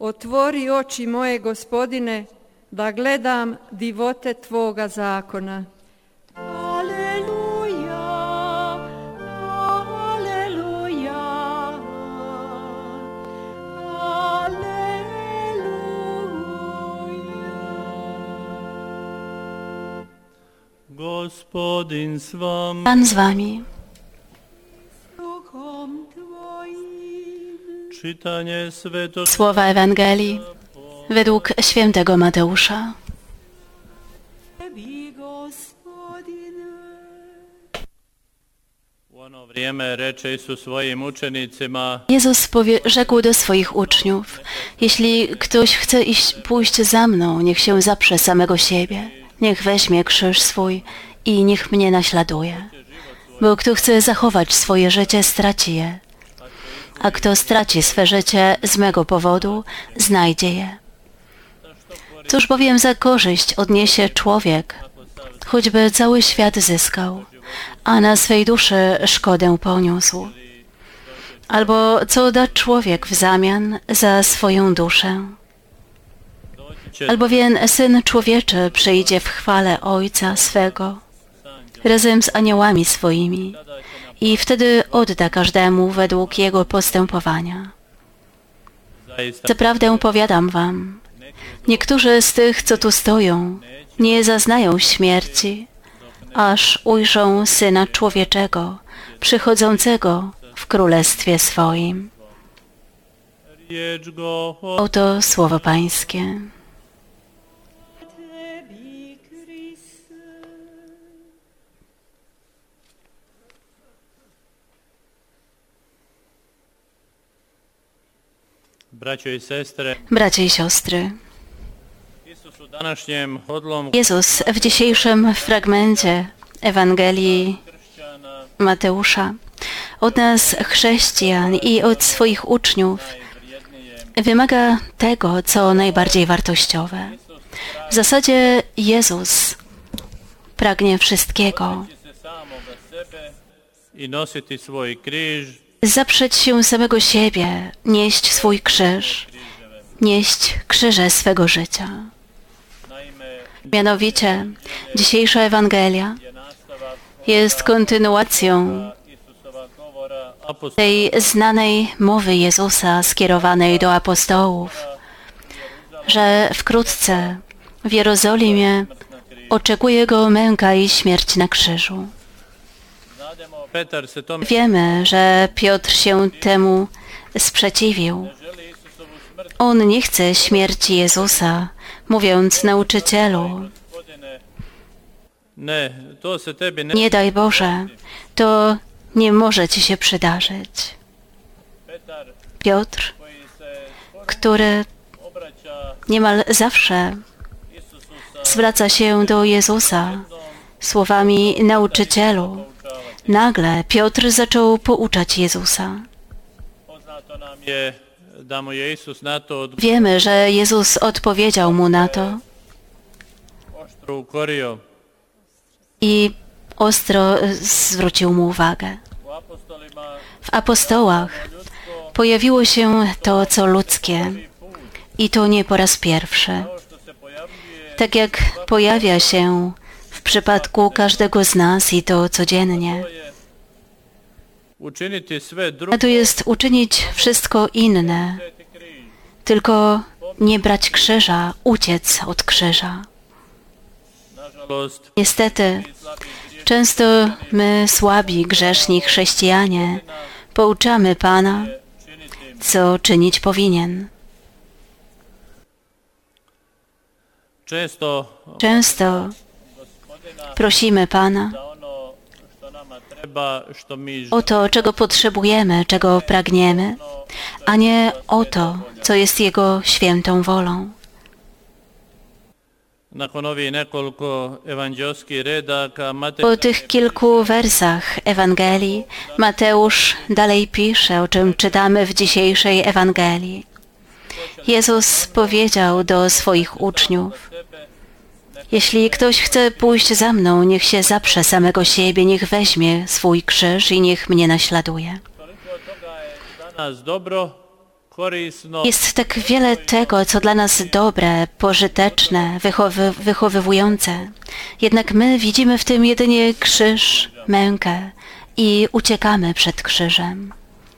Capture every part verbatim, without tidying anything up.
Otvori oči moje, Gospodine, da gledam divote Tvoga zakona. Aleluja, aleluja, aleluja. Gospodin s vama. Pan z wami. Duchom Twoim. Czytanie Świętego Słowa Ewangelii według świętego Mateusza. Tebi, Gospodine. U ono vrijeme reče Isus svojim učenicima: Jezus powie, rzekł do swoich uczniów: jeśli ktoś chce iść, pójść za mną, niech się zaprze samego siebie, niech weźmie krzyż swój i niech mnie naśladuje. Bo kto chce zachować swoje życie, straci je, a kto straci swe życie z mego powodu, znajdzie je. Cóż bowiem za korzyść odniesie człowiek, choćby cały świat zyskał, a na swej duszy szkodę poniósł? Albo co da człowiek w zamian za swoją duszę? Albowiem Syn Człowieczy przyjdzie w chwale Ojca swego razem z aniołami swoimi i wtedy odda każdemu według jego postępowania. Zaprawdę powiadam wam, niektórzy z tych, co tu stoją, nie zaznają śmierci, aż ujrzą Syna Człowieczego, przychodzącego w Królestwie swoim. Oto słowo Pańskie. Tebi, Chryste. Braćo i sestre, Bracia i siostry, Isus u današnjem odlomku Jezus w dzisiejszym fragmencie Ewangelii kršćana Mateusza od nas, chrześcijan i od swoich uczniów, wymaga tego, co najbardziej wartościowe. W zasadzie Jezus pragnie wszystkiego. se samoga sebe i nositi svoj križ, Zaprzeć się samego siebie, nieść swój krzyż, nieść krzyże swego życia. naime Mianowicie, dzisiejsza Ewangelia je nastavak jest kontynuacją Isusova govora apostolima tej znanej mowy Jezusa skierowanej do apostołów, że wkrótce w Jerozolimie oczekuje go męka i śmierć na krzyżu. znademo. Petar se tome Wiemy, że Piotr się temu sprzeciwił. želi Isusovu smrt. On nie chce śmierci Jezusa, mówiąc nauczycielu, Gospodine, ne, to se tebi ne. nie daj Boże, to nie może ci się przydarzyć. Petar Piotr, koji se który obraća niemal zawsze Isusu sa zwraca się do Jezusa słowami nauczycielu, poučavati. nagle Piotr zaczął pouczać Jezusa. Poznato nam je da mu je Isus na to od Wiemy, że Jezus odpowiedział mu na to oštro ukorio. i ostro zwrócił mu uwagę. U apostolima W apostołach ljudsko pojawiło się to, co ludzkie, i to nie po raz pierwszy. to što se pojavljuje Tak jak pojawia się w przypadku każdego z nas i to codziennie. to je učiniti sve drugo A to jest uczynić wszystko inne, uzeti križ. tylko nie brać krzyża, uciec od krzyża. Nažalost, Niestety, slabi grijeh często my, słabi, grzeszni chrześcijanie, pouczamy Pana, činiti. co czynić powinien. Često Często prosimy Pana za ono što nama treba, što mi o to, czego potrzebujemy, czego pragniemy, a nie o to, co jest Jego świętą wolą. nakon ovih nekoliko evanđelskih redaka Matej Po tych kilku wersach Ewangelii Mateusz dalej pisze, o czym czytamy w dzisiejszej Ewangelii. Jezus powiedział do swoich uczniów: jeśli ktoś chce pójść za mną, niech się zaprze samego siebie, niech weźmie swój krzyż i niech mnie naśladuje. toliko od toga je za nas dobro, korisno, Jest tak wiele tego, co dla nas dobre, pożyteczne, wychowy, wychowywujące. Jednak my widzimy w tym jedynie krzyż, mękę i uciekamy przed krzyżem.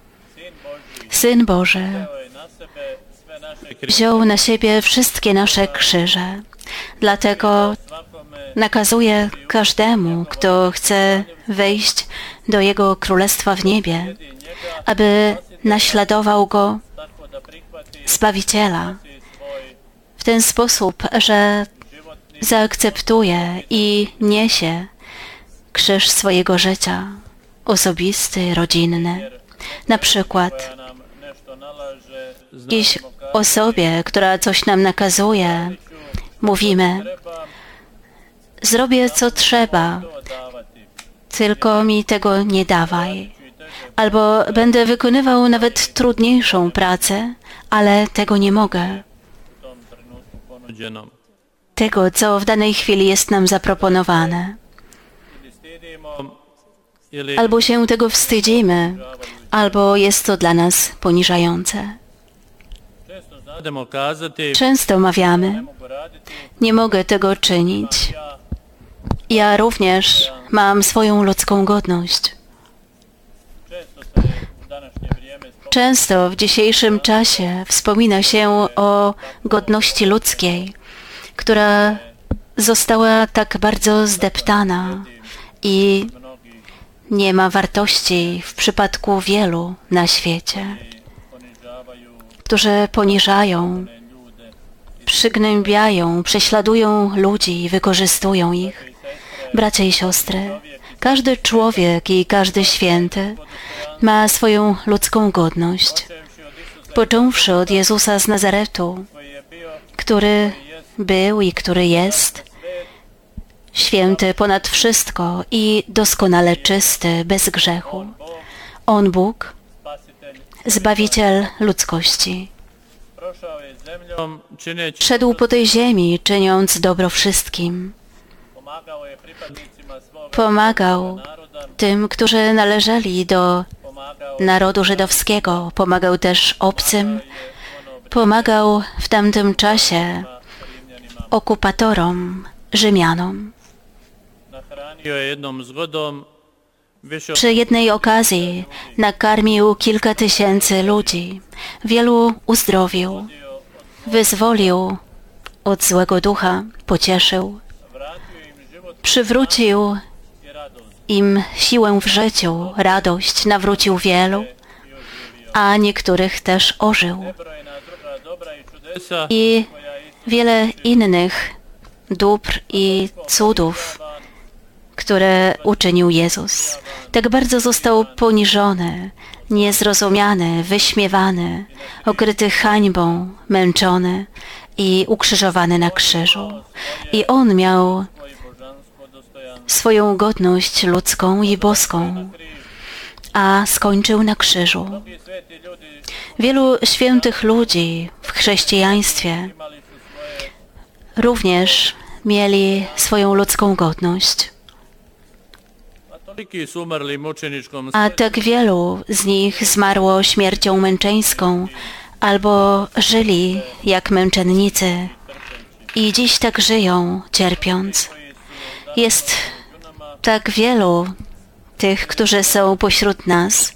Syn Boży na sebe sve naše krize, wziął na siebie wszystkie nasze krzyże. Dlatego svakome nakazuje każdemu, kto chce wejść do Jego Królestwa w niebie, aby naśladował Go, tako da prihvati Zbawiciela, svoj w ten sposób, że životni zaakceptuje i niesie krzyż swojego życia, osobisty, rodzinny. Na przykład koja nam nešto nalaže, jakiejś znamo kako osobie, która coś nam nakazuje, mówimy, treba zrobię co trzeba, to davati. tylko mi tego nie dawaj. Albo będę wykonywał nawet trudniejszą pracę, ale tego nie mogę. U tom trenutku ponuđenom. Tego, co w danej chwili jest nam zaproponowane. Ili stidimo, ili Albo się tego wstydzimy, albo jest to dla nas poniżające. često znademo kazati, Często mawiamy, mogu raditi, nie mogę tego czynić. ja Ja również mam swoją ludzką godność. često se u današnje vrijeme spominje Często w dzisiejszym czasie wspomina się o godności ludzkiej, która została tak bardzo zdeptana i mnogi nie ma wartości w przypadku wielu na świecie, ponižavaju którzy poniżają, te ljude przygnębiają, prześladują ludzi i wykorzystują ich. Bracia i siostry, każdy człowiek i każdy święty ma swoją ludzką godność, počevši od Isusa począwszy od Jezusa z Nazaretu, koji je bio który był i który jest, svet, święty ponad wszystko i doskonale czysty, bez grzechu. Bog, On Bóg, spasitelj, Zbawiciel ludzkości. prošao je zemljom čineći, Szedł po tej ziemi, czyniąc dobro wszystkim. pomagao je pripadnicima svoga Pomagał naroda, tym, którzy należeli do pomagao narodu żydowskiego. Pomagał też obcym. je ono Pomagał w tamtym czasie Rimljanima. okupatorom, Rzymianom. Nahranio je jednom zgodom više od Przy jednej okazji nakarmił kilka tysięcy ludzi. Wielu uzdrowił, wyzwolił od złego ducha, pocieszył, vratio im život przywrócił i radost. im siłę w życiu, radość, nawrócił wielu, a niektórych też ożył. Nebrojena druga dobra i čudesa I koja je wiele innych dóbr i cudów, które uczynił Jezus. Tak bardzo został poniżony, niezrozumiany, wyśmiewany, okryty hańbą, męczony i ukrzyżowany na krzyżu. I On miał svoje božansko dostojanstvo. swoją godność ludzką i boską, a skończył na krzyżu. I sveti ljudi Wielu świętych ludzi w chrześcijaństwie imali su svoje również mieli swoją ludzką godność, a toliki su umrli mučeničkom a smrću, tak wielu z nich zmarło śmiercią męczeńską albo żyli jak męczennicy i dziś tak żyją, cierpiąc. Jest tak wielu tych, którzy są pośród nas,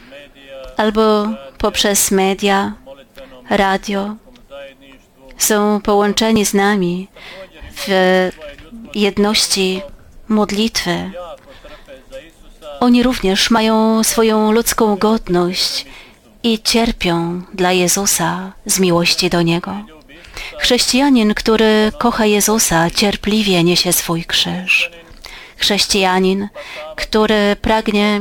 albo poprzez media, molitvenom radio, zajedništvu, są połączeni z nami w jedności modlitwy. jako trpe za Isusa, Oni również mają swoją ludzką godność i cierpią dla Jezusa z miłości do Niego. Chrześcijanin, który kocha Jezusa, cierpliwie niesie swój krzyż. Chrześcijanin, który pragnie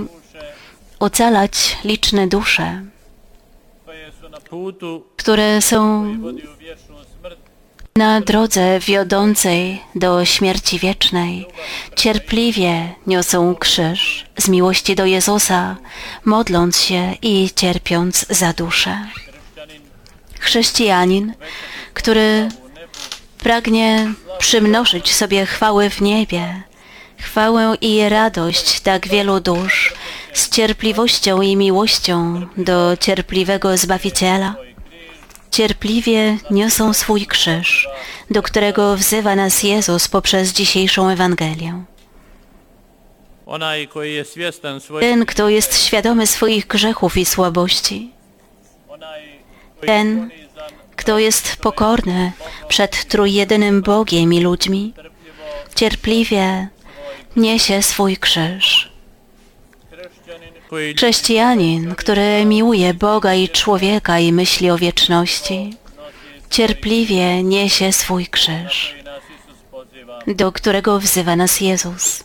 ocalać liczne dusze, koje su na putu które są vodi u vječnu smrt, na drodze wiodącej do śmierci wiecznej, cierpliwie niosą krzyż z miłości do Jezusa, modląc się i cierpiąc za duszę. Chrześcijanin, który pragnie przymnożyć sobie chwały w niebie, chwałę i radość tak wielu dusz, z cierpliwością i miłością do cierpliwego Zbawiciela, cierpliwie niosą swój krzyż, do którego wzywa nas Jezus poprzez dzisiejszą Ewangelię. Onaj koji je svjestan svojih, Ten, kto jest świadomy swoich grzechów i słabości, onaj koji ten, ponizan, kto jest pokorny przed trójjedynym Bogiem i ludźmi, cierpliwie niesie swój krzyż. kršćanin koji Chrześcijanin, który miłuje Boga i człowieka i myśli o wieczności, cierpliwie niesie swój krzyż, nas Isus poziva. do którego wzywa nas Jezus.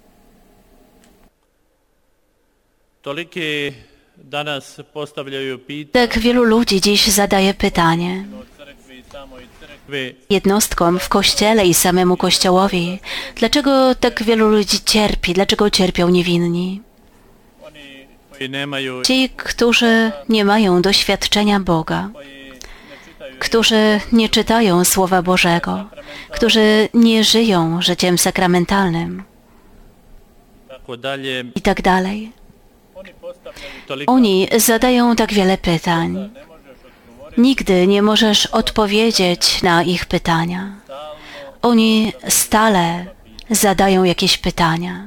Toliki danas postavljaju pitanje Tak wielu ludzi dziś zadaje pytanie o crkvi i samoj crkvi, jednostkom w Kościele i samemu Kościołowi, dlaczego tak wielu ludzi cierpi, dlaczego cierpią niewinni? oni koji nemaju, Ci, którzy nie mają doświadczenia Boga, koji ne čitaju którzy nie czytają Słowa Bożego, którzy nie żyją życiem sakramentalnym tako dalje, i tak dalej. oni postavljaju toliko, Oni zadają tak wiele pytań. ne možeš odgovoriti Nigdy nie możesz odpowiedzieć na ich pytania. stalno. Oni stale zadają jakieś pytania.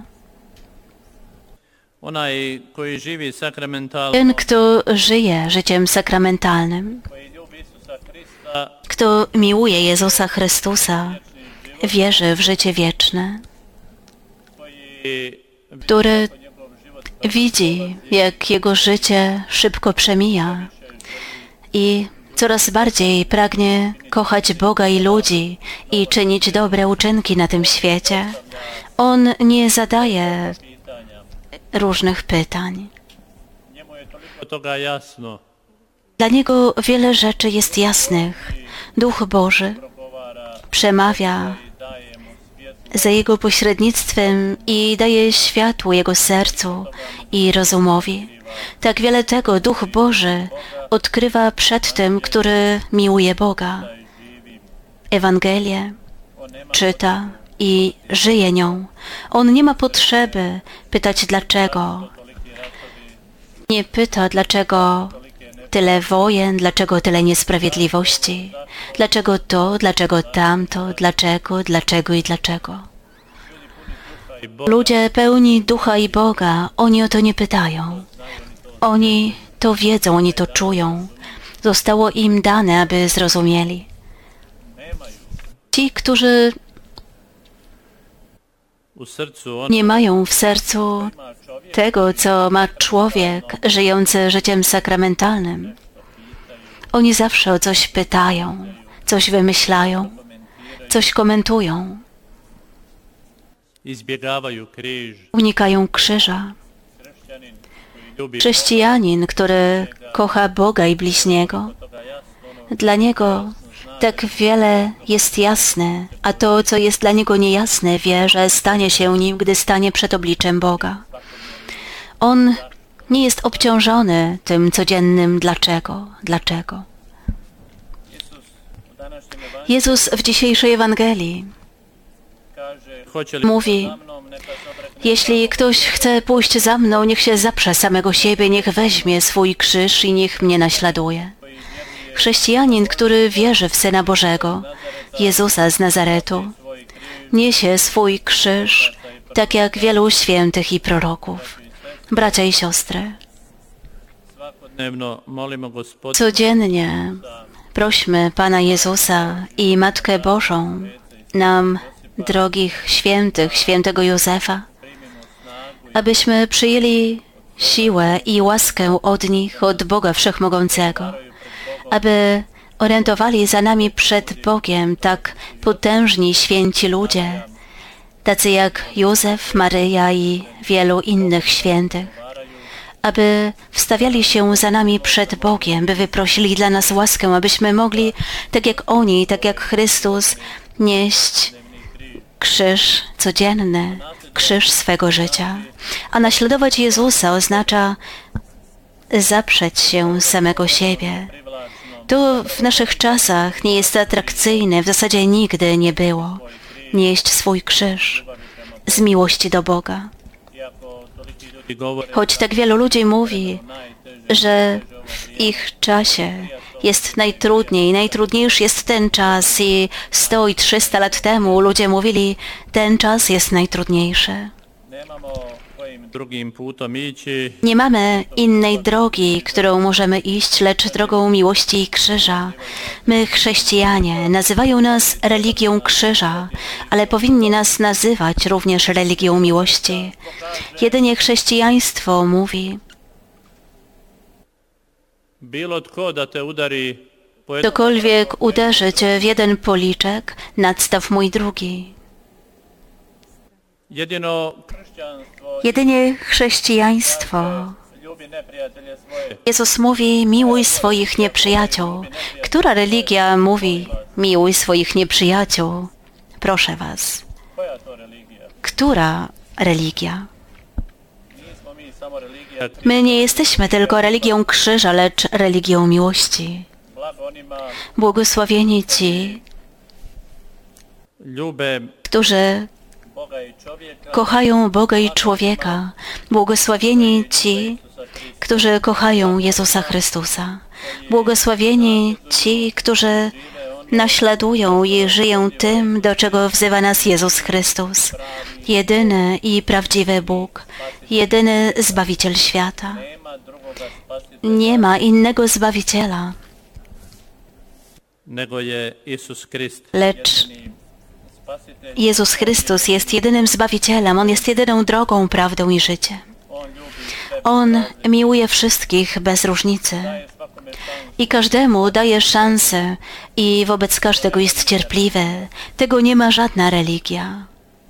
Onaj koji živi sakramentalno, Ten, kto żyje życiem sakramentalnym, koji ljubi Isusa Krista, kto miłuje Jezusa Chrystusa, wierzy w życie wieczne, koji który njegov život widzi, jak jego życie szybko przemija i coraz bardziej pragnie kochać Boga i ludzi i czynić dobre uczynki na tym świecie, on nie zadaje pitanja. różnych pytań. Njemu je toliko toga jasno, Dla niego wiele rzeczy jest jasnych. Duch Boży progovara przemawia i daje mu svjetlo za jego pośrednictwem i daje światło jego sercu i rozumowi. Tak wiele tego Duch Boży odkrywa przed tym, który miłuje Boga. Ewangelię czyta i żyje nią. On nie ma potrzeby pytać dlaczego. Nie pyta dlaczego tyle wojen, dlaczego tyle niesprawiedliwości, dlaczego to, dlaczego tamto, dlaczego, dlaczego i dlaczego. i Bog Ludzie pełni Ducha i Boga, oni o to nie pytają. Oni to wiedzą, oni to czują. Zostało im dane, aby zrozumieli. Ci, którzy u srcu on nie mają w sercu ima čovjek tego, co ma człowiek żyjący życiem sakramentalnym, oni zawsze o coś pytają, coś wymyślają, coś komentują, izbjegavaju križ. unikają krzyża. Kršćanin koji ljubi Chrześcijanin, który kocha Boga i bliźniego, toga jasno, dla niego tak wiele jest jasne, a to, co jest dla niego niejasne, wie, że stanie się nim, gdy stanie przed obliczem Boga. On nie jest obciążony tym codziennym dlaczego, dlaczego. Isus u današnjem evangeliju Jezus w dzisiejszej Ewangelii kaže, hoće li mówi, za mnom, neka se obrekne jeśli ktoś chce pójść za mną, niech się zaprze samego siebie, niech weźmie swój krzyż i niech mnie naśladuje. Chrześcijanin, który wierzy w Syna Bożego, Jezusa z Nazaretu, svoj križ, niesie swój krzyż, tak jak wielu świętych i proroków. Bracia i siostry, svakodnevno molimo Gospodina codziennie prośmy Pana Jezusa i Matkę Bożą, nam, drogich świętych, świętego Józefa, abyśmy przyjęli siłę i łaskę od nich, od Boga Wszechmogącego, aby orientowali za nami przed Bogiem tak potężni święci ludzie, tacy jak Józef, Maryja i wielu innych świętych, aby wstawiali się za nami przed Bogiem, by wyprosili dla nas łaskę, abyśmy mogli, tak jak oni, tak jak Chrystus, nieść krzyż codzienny, krzyż swego życia. A naśladować Jezusa oznacza zaprzeć się samego siebie. To w naszych czasach nie jest atrakcyjne, w zasadzie nigdy nie było. Nieść swój krzyż z miłości do Boga. iako toliki ljudi Choć tak wielu ludzi mówi, że w ich czasie jest najtrudniej, najtrudniejszy jest ten czas i sto i trzysta lat temu ludzie mówili, ten czas jest najtrudniejszy. Nie mamy innej drogi, którą możemy iść, lecz drogą miłości i krzyża. My, chrześcijanie, nazywają nas religią krzyża, ale powinni nas nazywać również religią miłości. Jedynie chrześcijaństwo mówi, ktokolwiek uderzy cię w jeden policzek, nadstaw mój drugi. Jedynie chrześcijaństwo. Jezus mówi, miłuj swoich nieprzyjaciół. Która religia mówi, miłuj swoich nieprzyjaciół? Proszę was. Która religia? My nie jesteśmy tylko religią krzyża, lecz religią miłości. Błogosławieni ci, którzy kochają Boga i człowieka. Błogosławieni ci, którzy kochają Jezusa Chrystusa. Błogosławieni ci, którzy naśladują i żyją tym, do czego wzywa nas Jezus Chrystus. Jedyny i prawdziwy Bóg, jedyny Zbawiciel świata. Nie ma innego Zbawiciela, lecz Jezus Chrystus jest jedynym Zbawicielem. On jest jedyną drogą, prawdą i życiem. On miłuje wszystkich bez różnicy i każdemu daje szansę i wobec każdego jest cierpliwy. Tego nie ma żadna religia.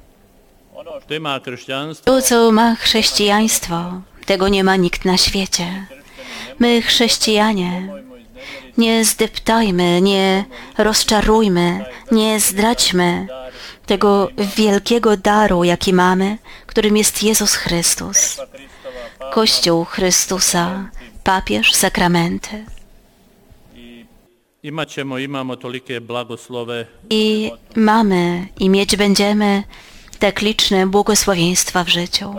To, co ma chrześcijaństwo, tego nie ma nikt na świecie. My, chrześcijanie, nie zdeptajmy, nie rozczarujmy, nie zdradźmy tego wielkiego daru, jaki mamy, którym jest Jezus Chrystus. Kościół Chrystusa, papież, sakramenty. I mamy i mieć będziemy tak liczne błogosławieństwa w życiu.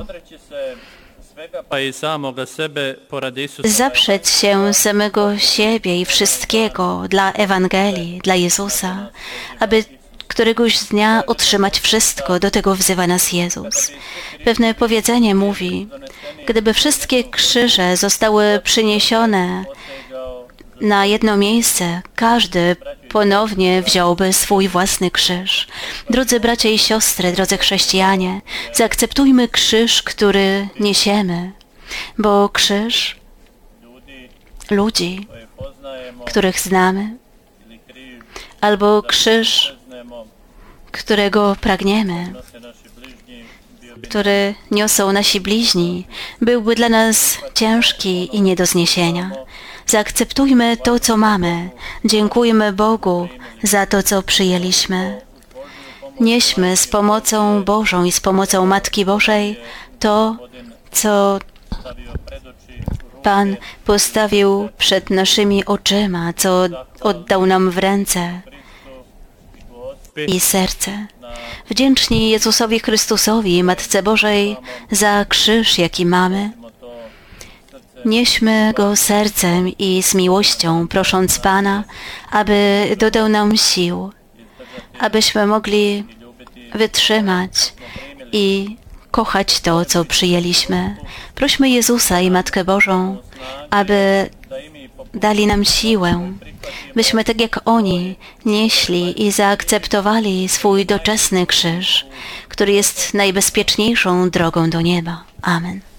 Zaprzeć się samego siebie i wszystkiego dla Ewangelii, dla Jezusa, aby któregoś dnia otrzymać wszystko, do tego wzywa nas Jezus. Pewne powiedzenie mówi, gdyby wszystkie krzyże zostały przyniesione na jedno miejsce, każdy ponownie wziąłby swój własny krzyż. Drodzy bracia i siostry, drodzy chrześcijanie, zaakceptujmy krzyż, który niesiemy, bo krzyż ludzi, których znamy, albo krzyż, którego pragniemy, który niosą nasi bliźni, byłby dla nas ciężki i nie do zniesienia. Zaakceptujmy to, co mamy. Dziękujmy Bogu za to, co przyjęliśmy. Nieśmy z pomocą Bożą i z pomocą Matki Bożej to, co Pan postawił przed naszymi oczyma, co oddał nam w ręce i serce. Wdzięczni Jezusowi Chrystusowi i Matce Bożej za krzyż, jaki mamy. Nieśmy go sercem i z miłością, prosząc Pana, aby dodał nam sił, abyśmy mogli wytrzymać i kochać to, co przyjęliśmy. Prośmy Jezusa i Matkę Bożą, aby dali nam siłę, byśmy tak jak oni nieśli i zaakceptowali swój doczesny krzyż, który jest najbezpieczniejszą drogą do nieba. Amen.